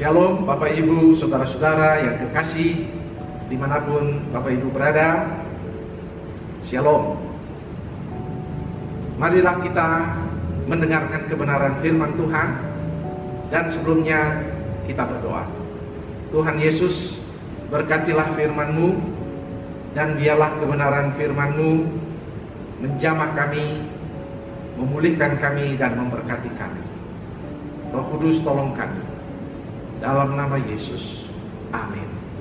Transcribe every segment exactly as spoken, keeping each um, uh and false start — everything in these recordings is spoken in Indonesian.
Shalom Bapak Ibu, Saudara-saudara yang kekasih, dimanapun Bapak Ibu berada. Shalom. Marilah kita mendengarkan kebenaran firman Tuhan. Dan sebelumnya kita berdoa. Tuhan Yesus, berkatilah firman-Mu, dan biarlah kebenaran firman-Mu menjamah kami, memulihkan kami, dan memberkati kami. Roh Kudus, tolong kami. Dalam nama Yesus, amin.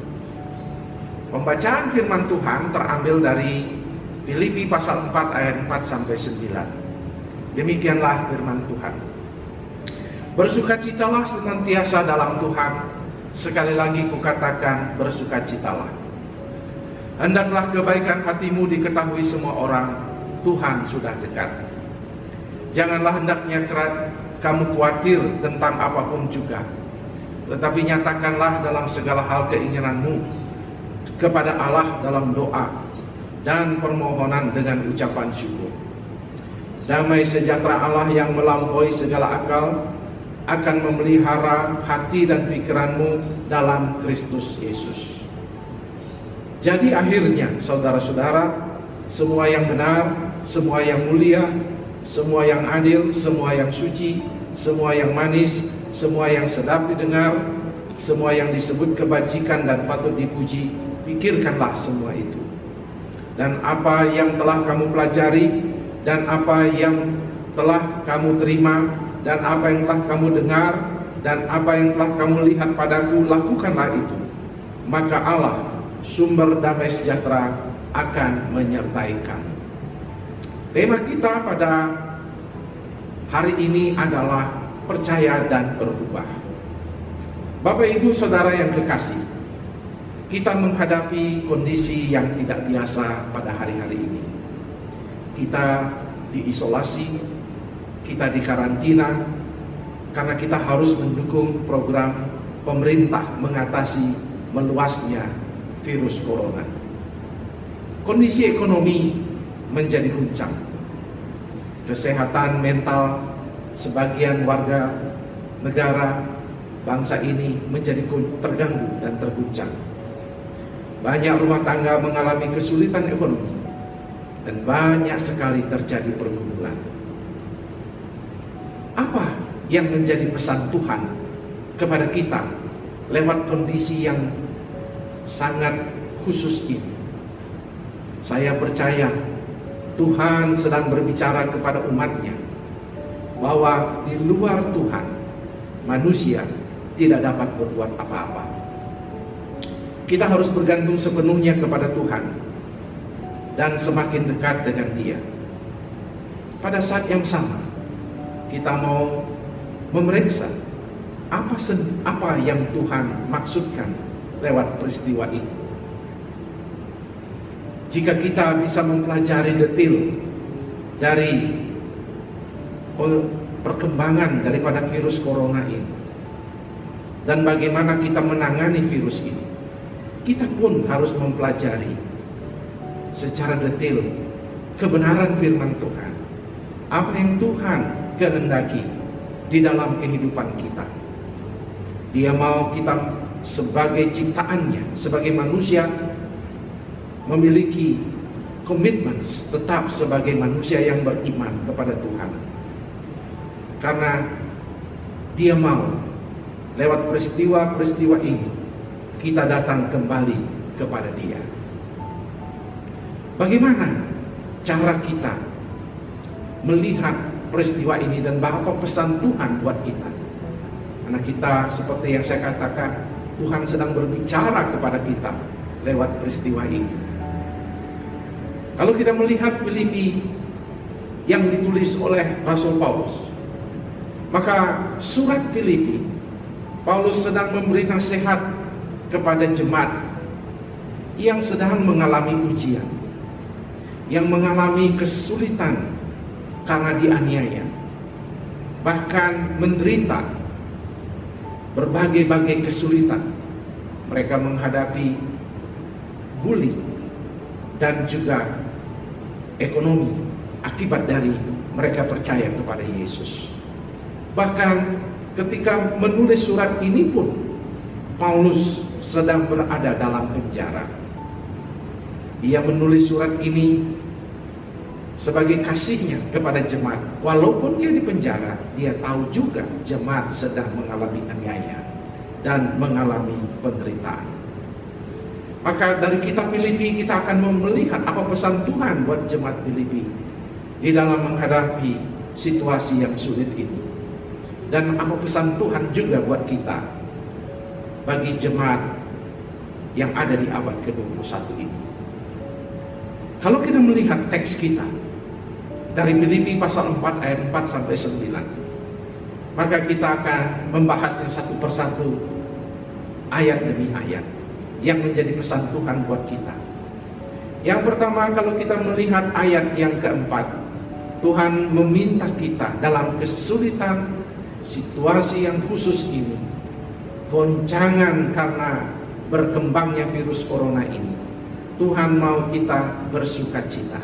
Pembacaan firman Tuhan terambil dari Filipi pasal empat ayat empat sampai sembilan. Demikianlah firman Tuhan. Bersukacitalah senantiasa dalam Tuhan. Sekali lagi kukatakan, bersukacitalah. Hendaklah kebaikan hatimu diketahui semua orang. Tuhan sudah dekat. Janganlah hendaknya kamu khawatir tentang apapun juga, tetapi nyatakanlah dalam segala hal keinginanmu kepada Allah dalam doa dan permohonan dengan ucapan syukur. Damai sejahtera Allah yang melampaui segala akal akan memelihara hati dan pikiranmu dalam Kristus Yesus. Jadi akhirnya, saudara-saudara, semua yang benar, semua yang mulia, semua yang adil, semua yang suci, semua yang manis, semua yang sedap didengar, semua yang disebut kebajikan dan patut dipuji, pikirkanlah semua itu. Dan apa yang telah kamu pelajari, dan apa yang telah kamu terima, dan apa yang telah kamu dengar, dan apa yang telah kamu lihat padaku, lakukanlah itu. Maka Allah, sumber damai sejahtera, akan menyertai kamu. Tema kita pada hari ini adalah percaya dan berubah. Bapak Ibu Saudara yang kekasih, kita menghadapi kondisi yang tidak biasa pada hari-hari ini. Kita diisolasi, kita dikarantina, karena kita harus mendukung program pemerintah mengatasi meluasnya virus corona. Kondisi ekonomi menjadi guncang. Kesehatan mental sebagian warga negara bangsa ini menjadi terganggu dan terguncang. Banyak rumah tangga mengalami kesulitan ekonomi, dan banyak sekali terjadi pergumulan. Apa yang menjadi pesan Tuhan kepada kita lewat kondisi yang sangat khusus ini? Saya percaya Tuhan sedang berbicara kepada umatnya bahwa di luar Tuhan manusia tidak dapat berbuat apa-apa. Kita harus bergantung sepenuhnya kepada Tuhan dan semakin dekat dengan Dia. Pada saat yang sama, kita mau memeriksa apa apa yang Tuhan maksudkan lewat peristiwa ini. Jika kita bisa mempelajari detail dari perkembangan daripada virus corona ini dan bagaimana kita menangani virus ini, kita pun harus mempelajari secara detail kebenaran firman Tuhan. Apa yang Tuhan kehendaki di dalam kehidupan kita. Dia mau kita sebagai ciptaannya, sebagai manusia, memiliki komitmen tetap sebagai manusia yang beriman kepada Tuhan. Karena Dia mau lewat peristiwa-peristiwa ini kita datang kembali kepada Dia. Bagaimana cara kita melihat peristiwa ini dan apa pesan Tuhan buat kita? Karena kita, seperti yang saya katakan, Tuhan sedang berbicara kepada kita lewat peristiwa ini. Kalau kita melihat Filipi yang ditulis oleh Rasul Paulus, maka surat Filipi, Paulus sedang memberi nasihat kepada jemaat yang sedang mengalami ujian, yang mengalami kesulitan karena dianiaya, bahkan menderita berbagai-bagai kesulitan. Mereka menghadapi bully dan juga ekonomi akibat dari mereka percaya kepada Yesus. Bahkan ketika menulis surat ini pun Paulus sedang berada dalam penjara. Ia menulis surat ini sebagai kasihnya kepada jemaat. Walaupun dia di penjara, dia tahu juga jemaat sedang mengalami aniaya dan mengalami penderitaan. Maka dari kitab Filipi kita akan melihat apa pesan Tuhan buat jemaat Filipi di dalam menghadapi situasi yang sulit ini. Dan apa pesan Tuhan juga buat kita bagi jemaat yang ada di abad ke dua puluh satu ini. Kalau kita melihat teks kita dari Filipi pasal empat ayat empat sampai sembilan, maka kita akan membahasnya satu persatu, ayat demi ayat, yang menjadi pesan Tuhan buat kita. Yang pertama, kalau kita melihat ayat yang keempat, Tuhan meminta kita dalam kesulitan situasi yang khusus ini, goncangan karena berkembangnya virus corona ini, Tuhan mau kita bersukacita.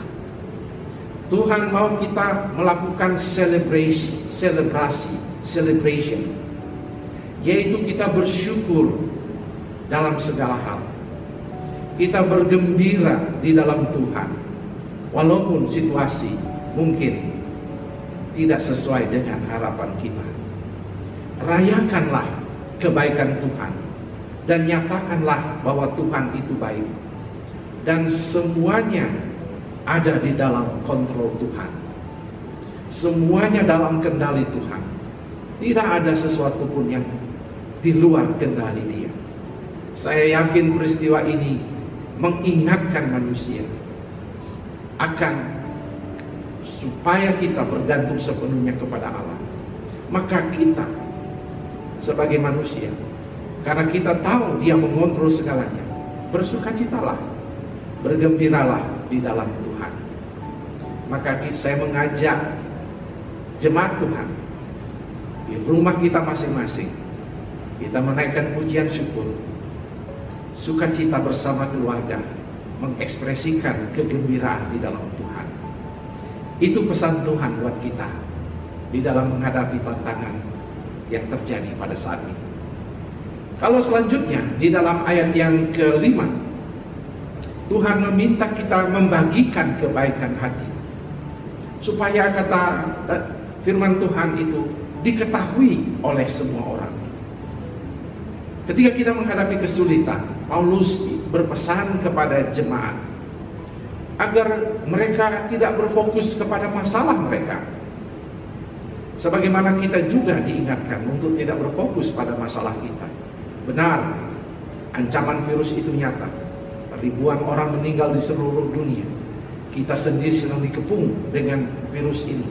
Tuhan mau kita melakukan celebration, selebrasi, celebration, yaitu kita bersyukur dalam segala hal. Kita bergembira di dalam Tuhan, walaupun situasi mungkin tidak sesuai dengan harapan kita. Rayakanlah kebaikan Tuhan dan nyatakanlah bahwa Tuhan itu baik, dan semuanya ada di dalam kontrol Tuhan. Semuanya dalam kendali Tuhan. Tidak ada sesuatu pun yang di luar kendali Dia. Saya yakin peristiwa ini mengingatkan manusia akan supaya kita bergantung sepenuhnya kepada Allah. Maka kita sebagai manusia, karena kita tahu Dia mengontrol segalanya, bersukacitalah, bergembiralah di dalam Tuhan. Maka saya mengajak jemaat Tuhan di rumah kita masing-masing, kita menaikkan pujian syukur, sukacita bersama keluarga, mengekspresikan kegembiraan di dalam Tuhan. Itu pesan Tuhan buat kita di dalam menghadapi tantangan yang terjadi pada saat ini. Kalau selanjutnya di dalam ayat yang kelima, Tuhan meminta kita membagikan kebaikan hati, supaya kata firman Tuhan itu diketahui oleh semua orang. Ketika kita menghadapi kesulitan, Paulus berpesan kepada jemaat agar mereka tidak berfokus kepada masalah mereka, sebagaimana kita juga diingatkan untuk tidak berfokus pada masalah kita. Benar, ancaman virus itu nyata. Ribuan orang meninggal di seluruh dunia. Kita sendiri sedang dikepung dengan virus ini.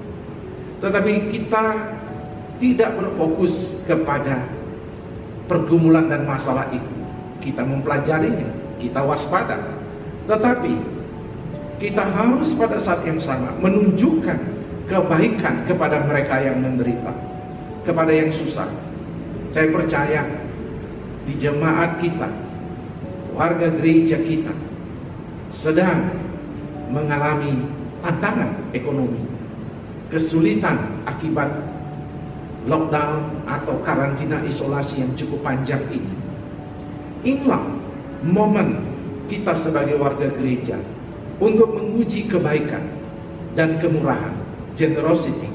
Tetapi kita tidak berfokus kepada pergumulan dan masalah itu. Kita mempelajarinya, kita waspada. Tetapi kita harus pada saat yang sama menunjukkan kebaikan kepada mereka yang menderita, kepada yang susah. Saya percaya di jemaat kita, warga gereja kita sedang mengalami tantangan ekonomi, kesulitan akibat lockdown atau karantina isolasi yang cukup panjang ini. Inilah momen kita sebagai warga gereja untuk menguji kebaikan dan kemurahan, generosity.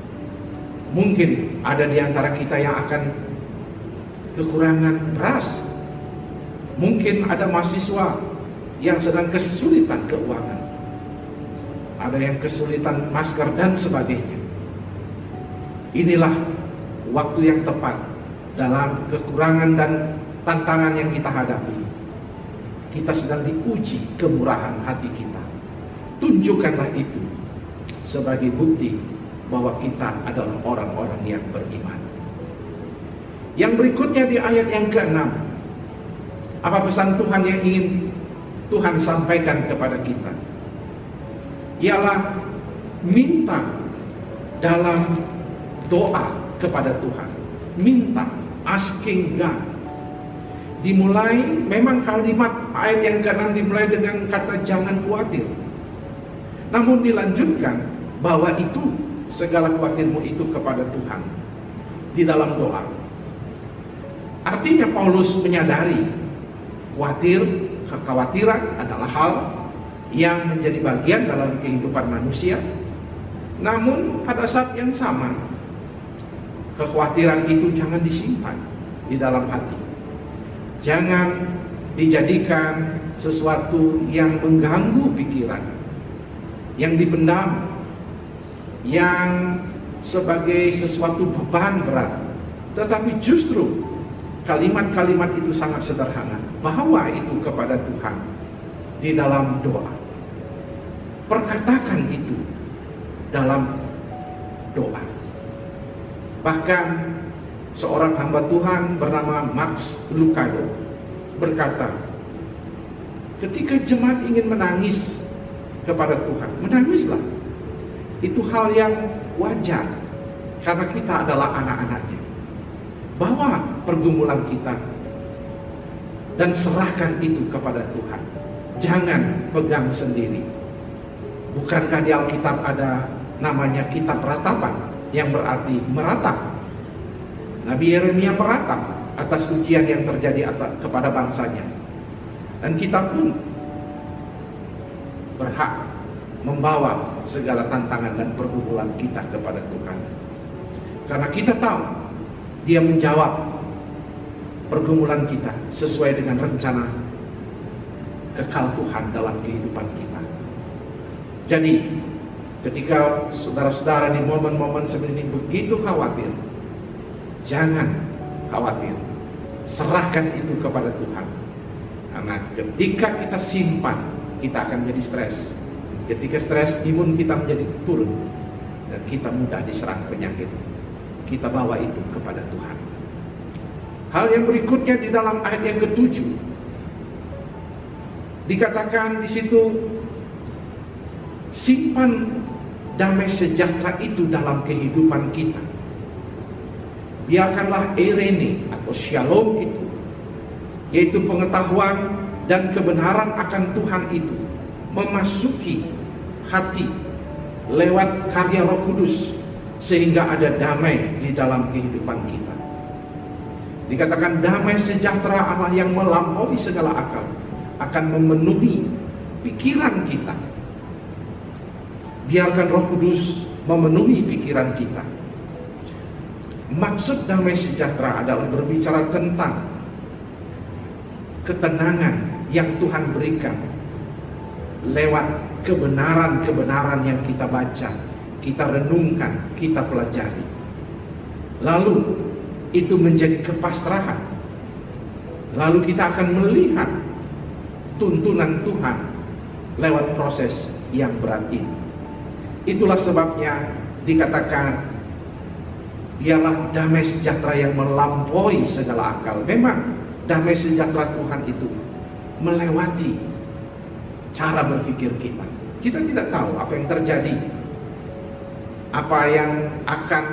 Mungkin ada di antara kita yang akan kekurangan beras. Mungkin ada mahasiswa yang sedang kesulitan keuangan, ada yang kesulitan masker dan sebagainya. Inilah waktu yang tepat dalam kekurangan dan tantangan yang kita hadapi. Kita sedang diuji kemurahan hati kita. Tunjukkanlah itu sebagai bukti bahwa kita adalah orang-orang yang beriman. Yang berikutnya di ayat yang keenam, apa pesan Tuhan yang ingin Tuhan sampaikan kepada kita? Ialah minta dalam doa kepada Tuhan. Minta, asking God. Dimulai, memang kalimat ayat yang keenam dimulai dengan kata jangan khawatir. Namun dilanjutkan bahwa itu segala khawatirmu itu kepada Tuhan di dalam doa. Artinya Paulus menyadari khawatir, kekhawatiran adalah hal yang menjadi bagian dalam kehidupan manusia. Namun pada saat yang sama, kekhawatiran itu jangan disimpan di dalam hati. Jangan dijadikan sesuatu yang mengganggu pikiran, yang dipendam, yang sebagai sesuatu beban berat. Tetapi justru kalimat-kalimat itu sangat sederhana. Bawa itu kepada Tuhan di dalam doa. Perkatakan itu dalam doa. Bahkan seorang hamba Tuhan bernama Max Lucado berkata, ketika jemaat ingin menangis kepada Tuhan, menangislah. Itu hal yang wajar, karena kita adalah anak-anaknya. Bawa pergumulan kita dan serahkan itu kepada Tuhan. Jangan pegang sendiri. Bukankah di Alkitab ada namanya kitab ratapan, yang berarti meratap? Nabi Yeremia meratap atas ujian yang terjadi atas, kepada bangsanya. Dan kita pun berhak membawa segala tantangan dan pergumulan kita kepada Tuhan. Karena kita tahu Dia menjawab pergumulan kita sesuai dengan rencana kekal Tuhan dalam kehidupan kita. Jadi ketika saudara-saudara di momen-momen seperti ini begitu khawatir, jangan khawatir. Serahkan itu kepada Tuhan. Karena ketika kita simpan, kita akan menjadi stres. Ketika stres, imun kita menjadi turun, dan kita mudah diserang penyakit. Kita bawa itu kepada Tuhan. Hal yang berikutnya di dalam ayat yang ketujuh, dikatakan di situ, simpan damai sejahtera itu dalam kehidupan kita. Biarkanlah eirene atau shalom itu, yaitu pengetahuan dan kebenaran akan Tuhan itu, memasuki hati lewat karya Roh Kudus, sehingga ada damai di dalam kehidupan kita. Dikatakan damai sejahtera Allah yang melampaui segala akal akan memenuhi pikiran kita. Biarkan Roh Kudus memenuhi pikiran kita. Maksud damai sejahtera adalah berbicara tentang ketenangan yang Tuhan berikan lewat kebenaran-kebenaran yang kita baca, kita renungkan, kita pelajari. Lalu itu menjadi kepasrahan. Lalu kita akan melihat tuntunan Tuhan lewat proses yang berat ini. Itulah sebabnya dikatakan, biarlah damai sejahtera yang melampaui segala akal. Memang damai sejahtera Tuhan itu melewati cara berpikir kita. Kita tidak tahu apa yang terjadi, apa yang akan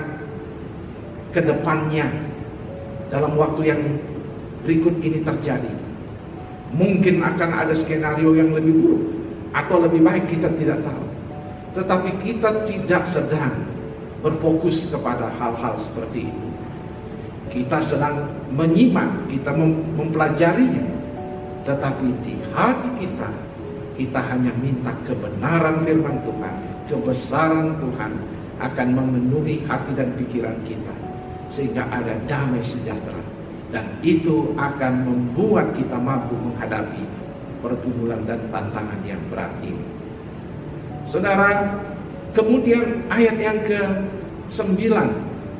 ke depannya dalam waktu yang berikut ini terjadi. Mungkin akan ada skenario yang lebih buruk atau lebih baik, kita tidak tahu. Tetapi kita tidak sedang berfokus kepada hal-hal seperti itu. Kita sedang menyimak, kita mempelajarinya. Tetapi di hati kita, kita hanya minta kebenaran firman Tuhan, kebesaran Tuhan akan memenuhi hati dan pikiran kita, sehingga ada damai sejahtera. Dan itu akan membuat kita mampu menghadapi pergumulan dan tantangan yang berat ini. Saudara, kemudian ayat yang ke sembilan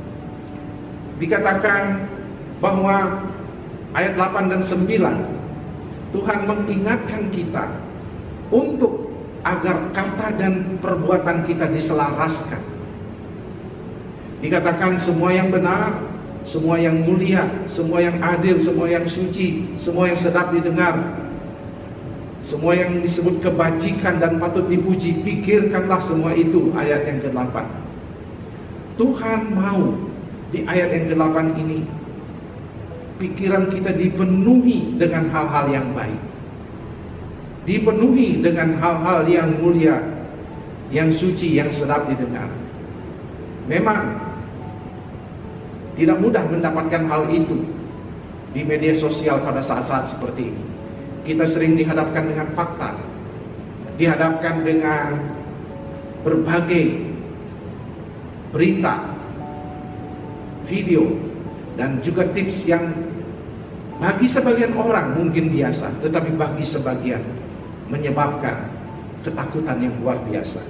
dikatakan bahwa ayat delapan dan sembilan, Tuhan mengingatkan kita untuk agar kata dan perbuatan kita diselaraskan. Dikatakan semua yang benar, semua yang mulia, semua yang adil, semua yang suci, semua yang sedap didengar, semua yang disebut kebajikan dan patut dipuji, pikirkanlah semua itu. Ayat yang ke delapan. Tuhan mau di ayat yang ke delapan ini pikiran kita dipenuhi dengan hal-hal yang baik, dipenuhi dengan hal-hal yang mulia, yang suci, yang sedap didengar. Memang tidak mudah mendapatkan hal itu, di media sosial pada saat-saat seperti ini. Kita sering dihadapkan dengan fakta, dihadapkan dengan berbagai berita, video, dan juga tips yang bagi sebagian orang mungkin biasa, tetapi bagi sebagian menyebabkan ketakutan yang luar biasa.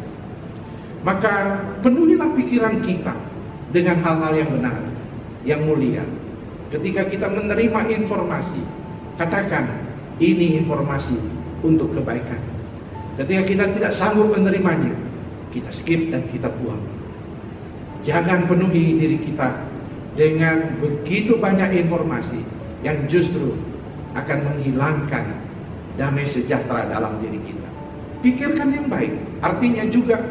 Maka penuhilah pikiran kita dengan hal-hal yang benar, yang mulia. Ketika kita menerima informasi, katakan ini informasi untuk kebaikan. Ketika kita tidak sanggup menerimanya, kita skip dan kita buang. Jangan penuhi diri kita dengan begitu banyak informasi yang justru akan menghilangkan damai sejahtera dalam diri kita. Pikirkan yang baik, artinya juga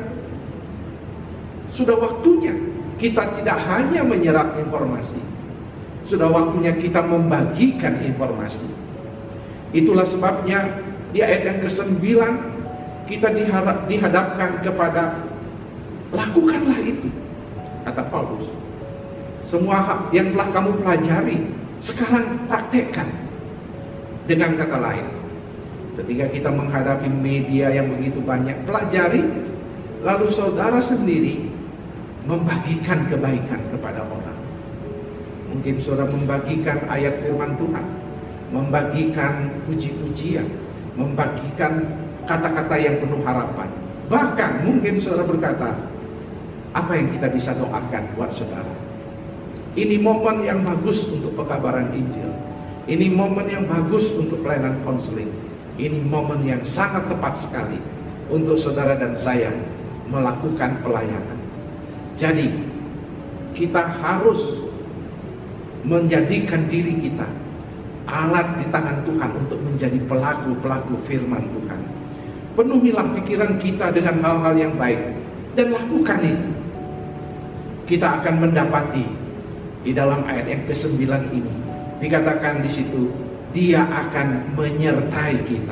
sudah waktunya kita tidak hanya menyerap informasi, sudah waktunya kita membagikan informasi. Itulah sebabnya di ayat yang kesembilan kita diharap, dihadapkan kepada lakukanlah itu, kata Paulus. Semua yang telah kamu pelajari sekarang praktekkan. Dengan kata lain, ketika kita menghadapi media yang begitu banyak, pelajari, lalu saudara sendiri membagikan kebaikan kepada orang. Mungkin saudara membagikan ayat firman Tuhan, membagikan puji-pujian, membagikan kata-kata yang penuh harapan. Bahkan mungkin saudara berkata, apa yang kita bisa doakan buat saudara? Ini momen yang bagus untuk pekabaran Injil. Ini momen yang bagus untuk pelayanan konseling. Ini momen yang sangat tepat sekali untuk saudara dan saya melakukan pelayanan. Jadi kita harus menjadikan diri kita alat di tangan Tuhan untuk menjadi pelaku-pelaku firman Tuhan. Penuhilah pikiran kita dengan hal-hal yang baik dan lakukan itu. Kita akan mendapati di dalam ayat yang kesembilan ini dikatakan di situ, Dia akan menyertai kita.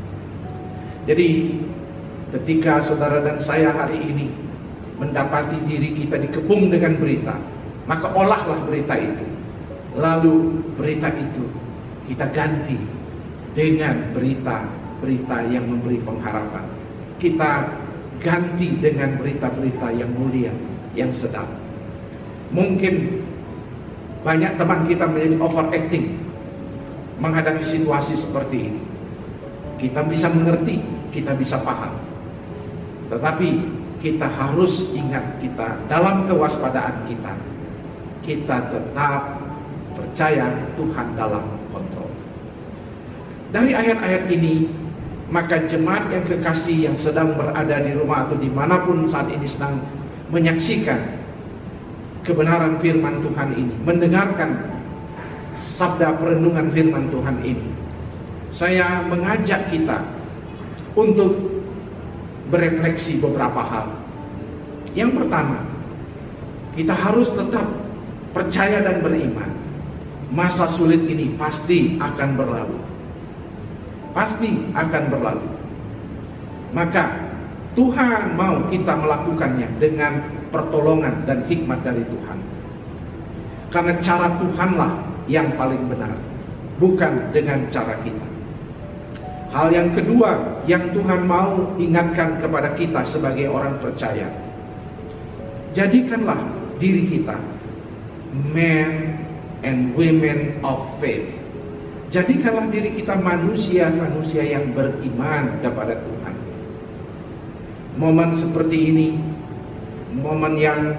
Jadi ketika saudara dan saya hari ini mendapati diri kita dikepung dengan berita, maka olahlah berita itu. Lalu berita itu kita ganti dengan berita-berita yang memberi pengharapan. Kita ganti dengan berita-berita yang mulia, yang sedap. Mungkin banyak teman kita menjadi overacting menghadapi situasi seperti ini. Kita bisa mengerti, kita bisa paham. Tetapi kita harus ingat, kita dalam kewaspadaan kita, kita tetap percaya Tuhan dalam kontrol. Dari ayat-ayat ini, maka jemaat yang kekasih yang sedang berada di rumah atau dimanapun saat ini sedang menyaksikan kebenaran firman Tuhan ini, mendengarkan sabda perenungan firman Tuhan ini, saya mengajak kita untuk berefleksi beberapa hal. Yang pertama, kita harus tetap percaya dan beriman. Masa sulit ini pasti akan berlalu. Pasti akan berlalu. Maka Tuhan mau kita melakukannya dengan pertolongan dan hikmat dari Tuhan. Karena cara Tuhanlah yang paling benar, bukan dengan cara kita. Hal yang kedua yang Tuhan mau ingatkan kepada kita sebagai orang percaya, jadikanlah diri kita men and women of faith. Jadikanlah diri kita manusia-manusia yang beriman kepada Tuhan. Momen seperti ini, momen yang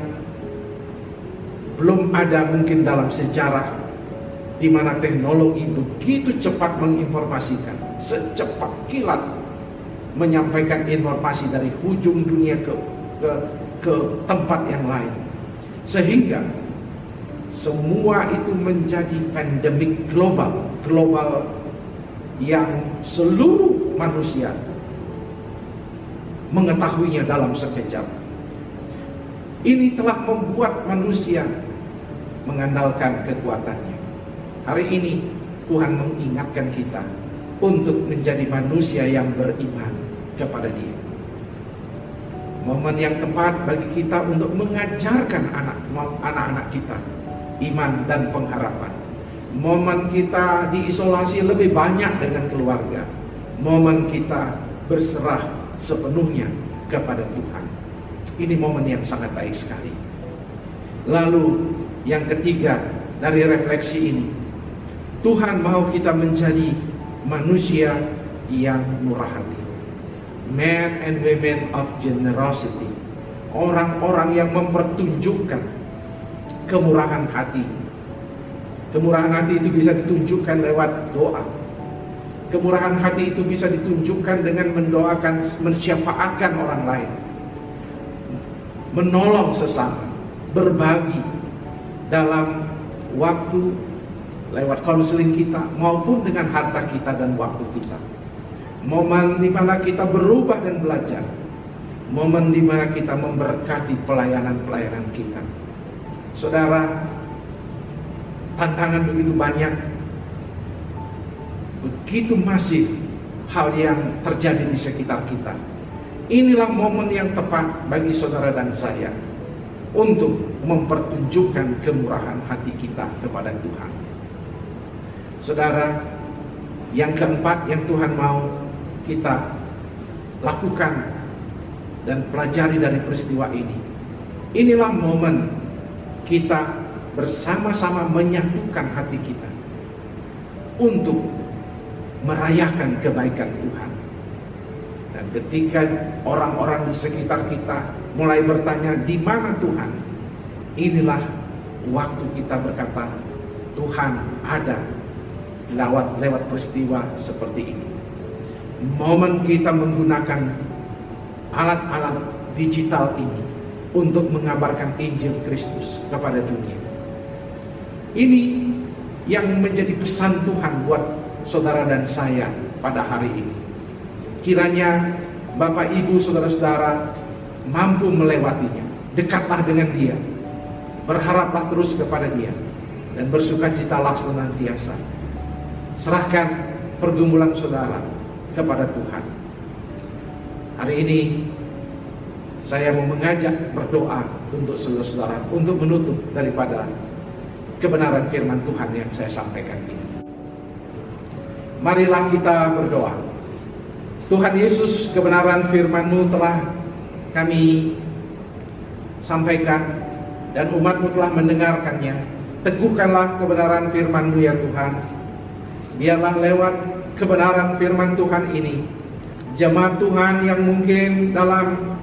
belum ada mungkin dalam sejarah, di mana teknologi begitu cepat menginformasikan, secepat kilat menyampaikan informasi dari ujung dunia ke, ke, ke tempat yang lain. Sehingga semua itu menjadi pandemik global, global yang seluruh manusia mengetahuinya dalam sekejap. Ini telah membuat manusia mengandalkan kekuatannya. Hari ini Tuhan mengingatkan kita untuk menjadi manusia yang beriman kepada Dia. Momen yang tepat bagi kita untuk mengajarkan anak, anak-anak kita iman dan pengharapan. Momen kita diisolasi lebih banyak dengan keluarga. Momen kita berserah sepenuhnya kepada Tuhan. Ini momen yang sangat baik sekali. Lalu yang ketiga dari refleksi ini, Tuhan mau kita menjadi manusia yang murah hati. Men and women of generosity. Orang-orang yang mempertunjukkan kemurahan hati. Kemurahan hati itu bisa ditunjukkan lewat doa. Kemurahan hati itu bisa ditunjukkan dengan mendoakan, mensyafaatkan orang lain, menolong sesama, berbagi dalam waktu lewat konseling kita maupun dengan harta kita dan waktu kita. Momen di mana kita berubah dan belajar. Momen di mana kita memberkati pelayanan-pelayanan kita. Saudara, tantangan begitu banyak, begitu masif hal yang terjadi di sekitar kita. Inilah momen yang tepat bagi saudara dan saya untuk mempertunjukkan kemurahan hati kita kepada Tuhan. Saudara, yang keempat yang Tuhan mau kita lakukan dan pelajari dari peristiwa ini, inilah momen kita bersama-sama menyatukan hati kita untuk merayakan kebaikan Tuhan. Dan ketika orang-orang di sekitar kita mulai bertanya, di mana Tuhan? Inilah waktu kita berkata, Tuhan ada lewat lewat peristiwa seperti ini. Momen kita menggunakan alat-alat digital ini untuk mengabarkan Injil Kristus kepada dunia. Ini yang menjadi pesan Tuhan buat saudara dan saya pada hari ini. Kiranya Bapak Ibu saudara-saudara mampu melewatinya. Dekatlah dengan Dia, berharaplah terus kepada Dia, dan bersukacitalah senantiasa. Serahkan pergumulan saudara kepada Tuhan. Hari ini saya mau mengajak berdoa untuk saudara-saudara untuk menutup daripada kebenaran firman Tuhan yang saya sampaikan ini. Marilah kita berdoa. Tuhan Yesus, kebenaran firman-Mu telah kami sampaikan dan umat-Mu telah mendengarkannya. Teguhkanlah kebenaran firman-Mu ya Tuhan. Biarlah lewat kebenaran firman Tuhan ini, jemaat Tuhan yang mungkin dalam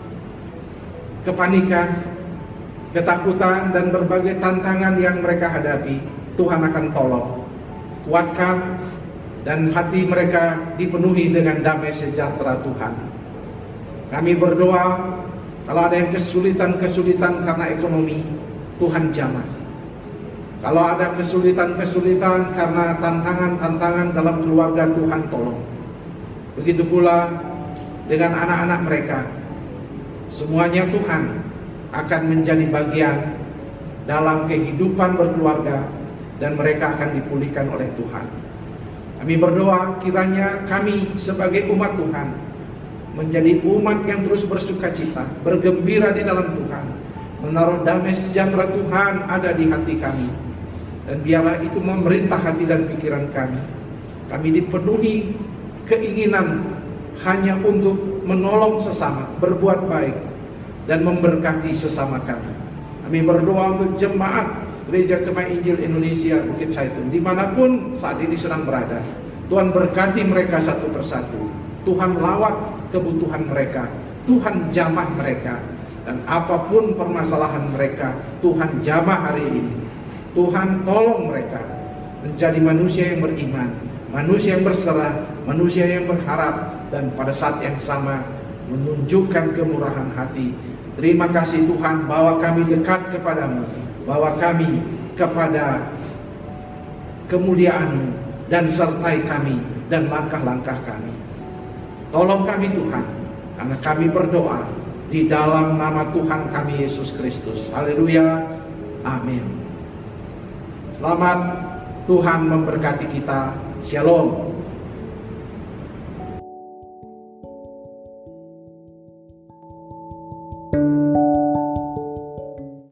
kepanikan, ketakutan, dan berbagai tantangan yang mereka hadapi, Tuhan akan tolong. Kuatkan dan hati mereka dipenuhi dengan damai sejahtera Tuhan. Kami berdoa, kalau ada yang kesulitan-kesulitan karena ekonomi, Tuhan jamah. Kalau ada kesulitan-kesulitan karena tantangan-tantangan dalam keluarga, Tuhan tolong. Begitu pula dengan anak-anak mereka. Semuanya Tuhan akan menjadi bagian dalam kehidupan berkeluarga dan mereka akan dipulihkan oleh Tuhan. Kami berdoa kiranya kami sebagai umat Tuhan menjadi umat yang terus bersukacita, bergembira di dalam Tuhan, menaruh damai sejahtera Tuhan ada di hati kami. Dan biarlah itu memerintah hati dan pikiran kami. Kami dipenuhi keinginan hanya untuk menolong sesama, berbuat baik, dan memberkati sesama kami. Kami berdoa untuk jemaat Gereja Kebaikan Injil Indonesia Bukit Zaitun, dimanapun saat ini sedang berada. Tuhan berkati mereka satu persatu. Tuhan lawat kebutuhan mereka. Tuhan jamah mereka. Dan apapun permasalahan mereka, Tuhan jamah hari ini. Tuhan tolong mereka menjadi manusia yang beriman, manusia yang berserah, manusia yang berharap, dan pada saat yang sama menunjukkan kemurahan hati. Terima kasih Tuhan bahwa kami dekat kepadamu, bahwa kami kepada kemuliaan-Mu, dan sertai kami dan langkah-langkah kami. Tolong kami Tuhan, karena kami berdoa di dalam nama Tuhan kami Yesus Kristus. Haleluya, amin. Selamat, Tuhan memberkati kita. Shalom.